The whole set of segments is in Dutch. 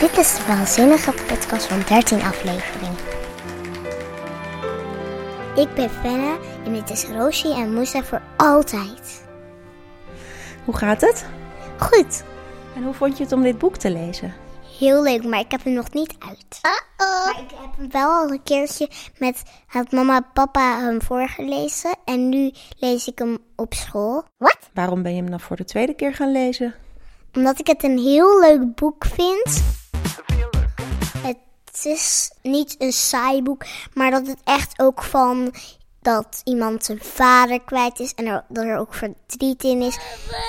Dit is de Waanzinnige podcast van 13 afleveringen. Ik ben Fenne en dit is Rosie en Moussa voor altijd. Hoe gaat het? Goed. En hoe vond je het om dit boek te lezen? Heel leuk, maar ik heb hem nog niet uit. Maar ik heb hem wel al een keertje had mama en papa hem voorgelezen. En nu lees ik hem op school. Wat? Waarom ben je hem dan voor de tweede keer gaan lezen? Omdat ik het een heel leuk boek vind. Het is niet een saai boek, maar dat het echt ook van dat iemand zijn vader kwijt is en dat er ook verdriet in is.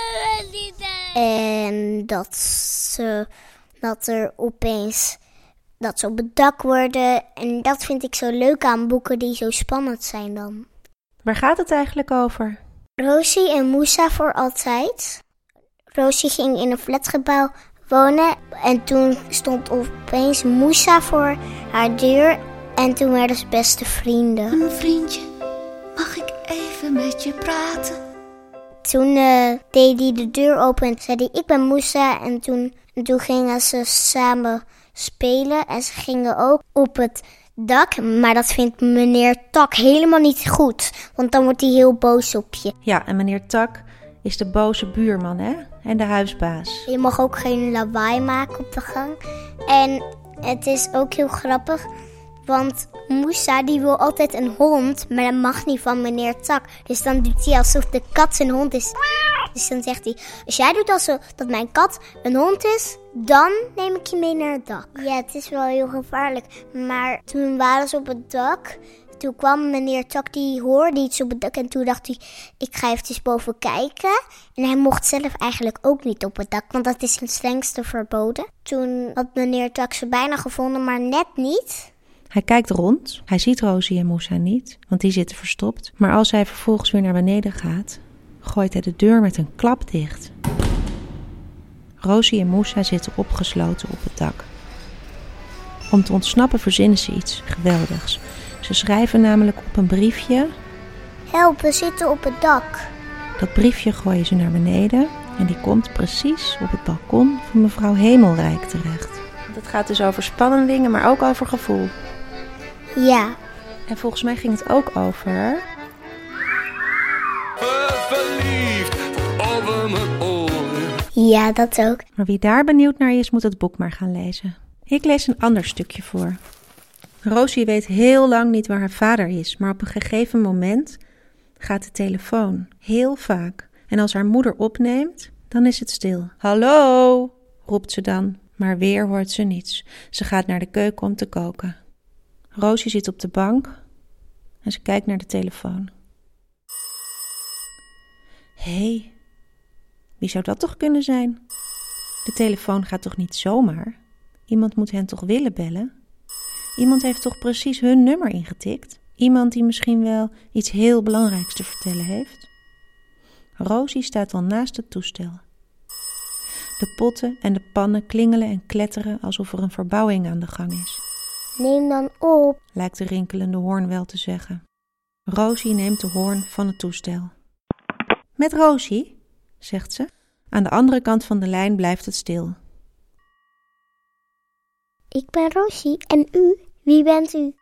En dat er opeens dat ze op het dak worden. En dat vind ik zo leuk aan boeken die zo spannend zijn dan. Waar gaat het eigenlijk over? Rosie en Moussa voor altijd. Rosie ging in een flatgebouw wonen en toen stond opeens Moussa voor haar deur en toen werden ze beste vrienden. Vriendje, mag ik even met je praten? Toen deed hij de deur open en zei hij, ik ben Moussa. En toen gingen ze samen spelen en ze gingen ook op het dak. Maar dat vindt meneer Tak helemaal niet goed, want dan wordt hij heel boos op je. Ja, en meneer Tak is de boze buurman, hè? En de huisbaas. Je mag ook geen lawaai maken op de gang. En het is ook heel grappig, want Moussa die wil altijd een hond, maar dat mag niet van meneer Tak. Dus dan doet hij alsof de kat zijn hond is. Dus dan zegt hij, als jij doet alsof dat mijn kat een hond is, dan neem ik je mee naar het dak. Ja, het is wel heel gevaarlijk. Maar toen waren ze op het dak. Toen kwam meneer Tak, die hoorde iets op het dak. En toen dacht hij, ik ga even boven kijken. En hij mocht zelf eigenlijk ook niet op het dak, want dat is het strengste verboden. Toen had meneer Tak ze bijna gevonden, maar net niet. Hij kijkt rond. Hij ziet Rosie en Moussa niet, want die zitten verstopt. Maar als hij vervolgens weer naar beneden gaat, gooit hij de deur met een klap dicht. Rosie en Moussa zitten opgesloten op het dak. Om te ontsnappen verzinnen ze iets geweldigs. Ze schrijven namelijk op een briefje: Help, we zitten op het dak. Dat briefje gooien ze naar beneden en die komt precies op het balkon van mevrouw Hemelrijk terecht. Het gaat dus over spannende dingen, maar ook over gevoel. Ja. En volgens mij ging het ook over... Verliefd over mijn oren. Ja, dat ook. Maar wie daar benieuwd naar is, moet het boek maar gaan lezen. Ik lees een ander stukje voor. Rosie weet heel lang niet waar haar vader is, maar op een gegeven moment gaat de telefoon. Heel vaak. En als haar moeder opneemt, dan is het stil. Hallo, roept ze dan. Maar weer hoort ze niets. Ze gaat naar de keuken om te koken. Rosie zit op de bank en ze kijkt naar de telefoon. Hé, wie zou dat toch kunnen zijn? De telefoon gaat toch niet zomaar? Iemand moet hen toch willen bellen? Iemand heeft toch precies hun nummer ingetikt? Iemand die misschien wel iets heel belangrijks te vertellen heeft? Rosie staat al naast het toestel. De potten en de pannen klingelen en kletteren alsof er een verbouwing aan de gang is. Neem dan op, Lijkt de rinkelende hoorn wel te zeggen. Rosie neemt de hoorn van het toestel. Met Rosie, zegt ze. Aan de andere kant van de lijn blijft het stil. Ik ben Rosie en u, wie bent u?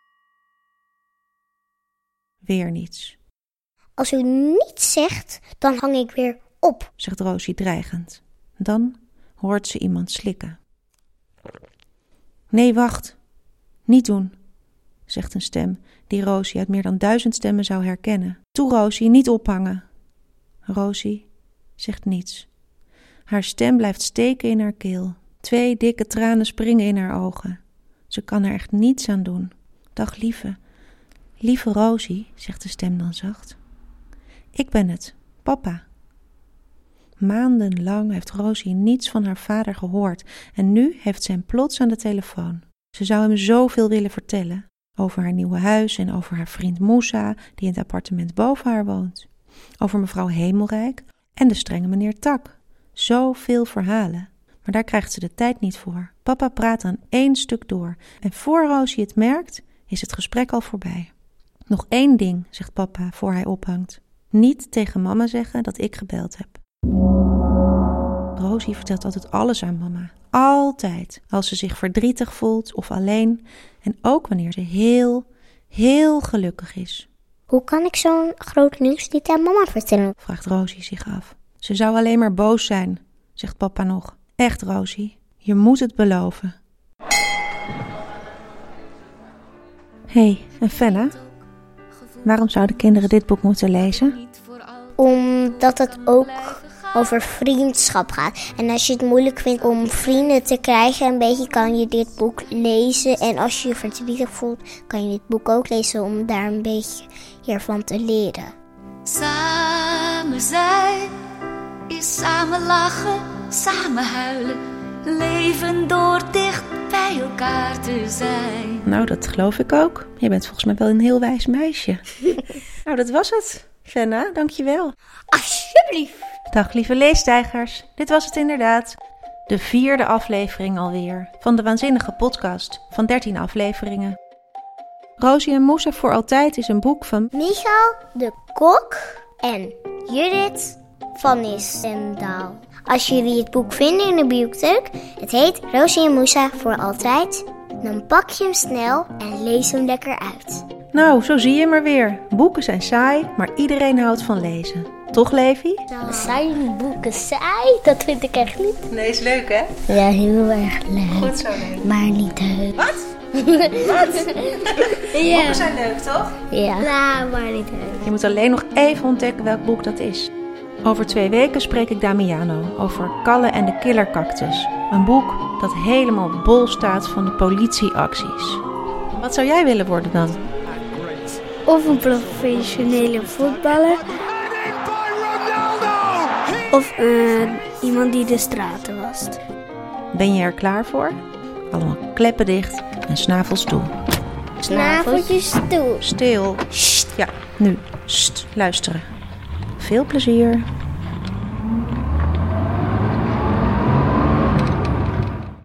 Weer niets, Als u niets zegt, dan hang ik weer op. zegt Rosie dreigend. Dan hoort ze iemand slikken. Nee, wacht. Niet doen, zegt een stem die Rosie uit meer dan 1000 stemmen zou herkennen. Toe, Rosie, niet ophangen. Rosie zegt niets. Haar stem blijft steken in haar keel. 2 dikke tranen springen in haar ogen. Ze kan er echt niets aan doen. Dag, lieve Rosie, zegt de stem dan zacht. Ik ben het, papa. Maandenlang heeft Rosie niets van haar vader gehoord en nu heeft ze hem plots aan de telefoon. Ze zou hem zoveel willen vertellen. Over haar nieuwe huis en over haar vriend Moussa, die in het appartement boven haar woont. Over mevrouw Hemelrijk en de strenge meneer Tak. Zoveel verhalen, maar daar krijgt ze de tijd niet voor. Papa praat aan 1 stuk door en voor Rosie het merkt, is het gesprek al voorbij. Nog 1 ding, zegt papa voor hij ophangt. Niet tegen mama zeggen dat ik gebeld heb. Rosie vertelt altijd alles aan mama. Altijd. Als ze zich verdrietig voelt of alleen. En ook wanneer ze heel, heel gelukkig is. Hoe kan ik zo'n groot nieuws niet aan mama vertellen? Vraagt Rosie zich af. Ze zou alleen maar boos zijn, zegt papa nog. Echt, Rosie, je moet het beloven. Hé, en Fenna? Waarom zouden kinderen dit boek moeten lezen? Omdat het ook over vriendschap gaat. En als je het moeilijk vindt om vrienden te krijgen, een beetje kan je dit boek lezen. En als je je verdrietig voelt, kan je dit boek ook lezen om daar een beetje hiervan te leren. Samen zijn is samen lachen, samen huilen. Leven door dicht bij elkaar te zijn. Nou, dat geloof ik ook. Je bent volgens mij wel een heel wijs meisje. Nou, dat was het. Fenna, dankjewel. Alsjeblieft. Dag lieve leestijgers. Dit was het inderdaad. De 4e aflevering alweer van de waanzinnige podcast van 13 afleveringen. Rosie en Moussa voor altijd is een boek van Michael de Kok en Judith van Nissendaal. Als jullie het boek vinden in de bibliotheek, het heet Rosie en Moussa voor altijd, dan pak je hem snel en lees hem lekker uit. Nou, zo zie je maar weer. Boeken zijn saai, maar iedereen houdt van lezen. Toch, Levi? Zijn boeken saai? Dat vind ik echt niet. Nee, is leuk, hè? Ja, heel erg leuk. Goed zo, leuk. Maar niet leuk. Wat? Ja. Boeken zijn leuk, toch? Ja. Nou, maar niet leuk. Je moet alleen nog even ontdekken welk boek dat is. Over 2 weken spreek ik Damiano over Kalle en de killercactus. Een boek dat helemaal bol staat van de politieacties. Wat zou jij willen worden dan? Of een professionele voetballer. Of iemand die de straten wast. Ben je er klaar voor? Allemaal kleppen dicht en snavels toe. Snaveltjes toe. Stil. Ja, nu. Luisteren. Veel plezier.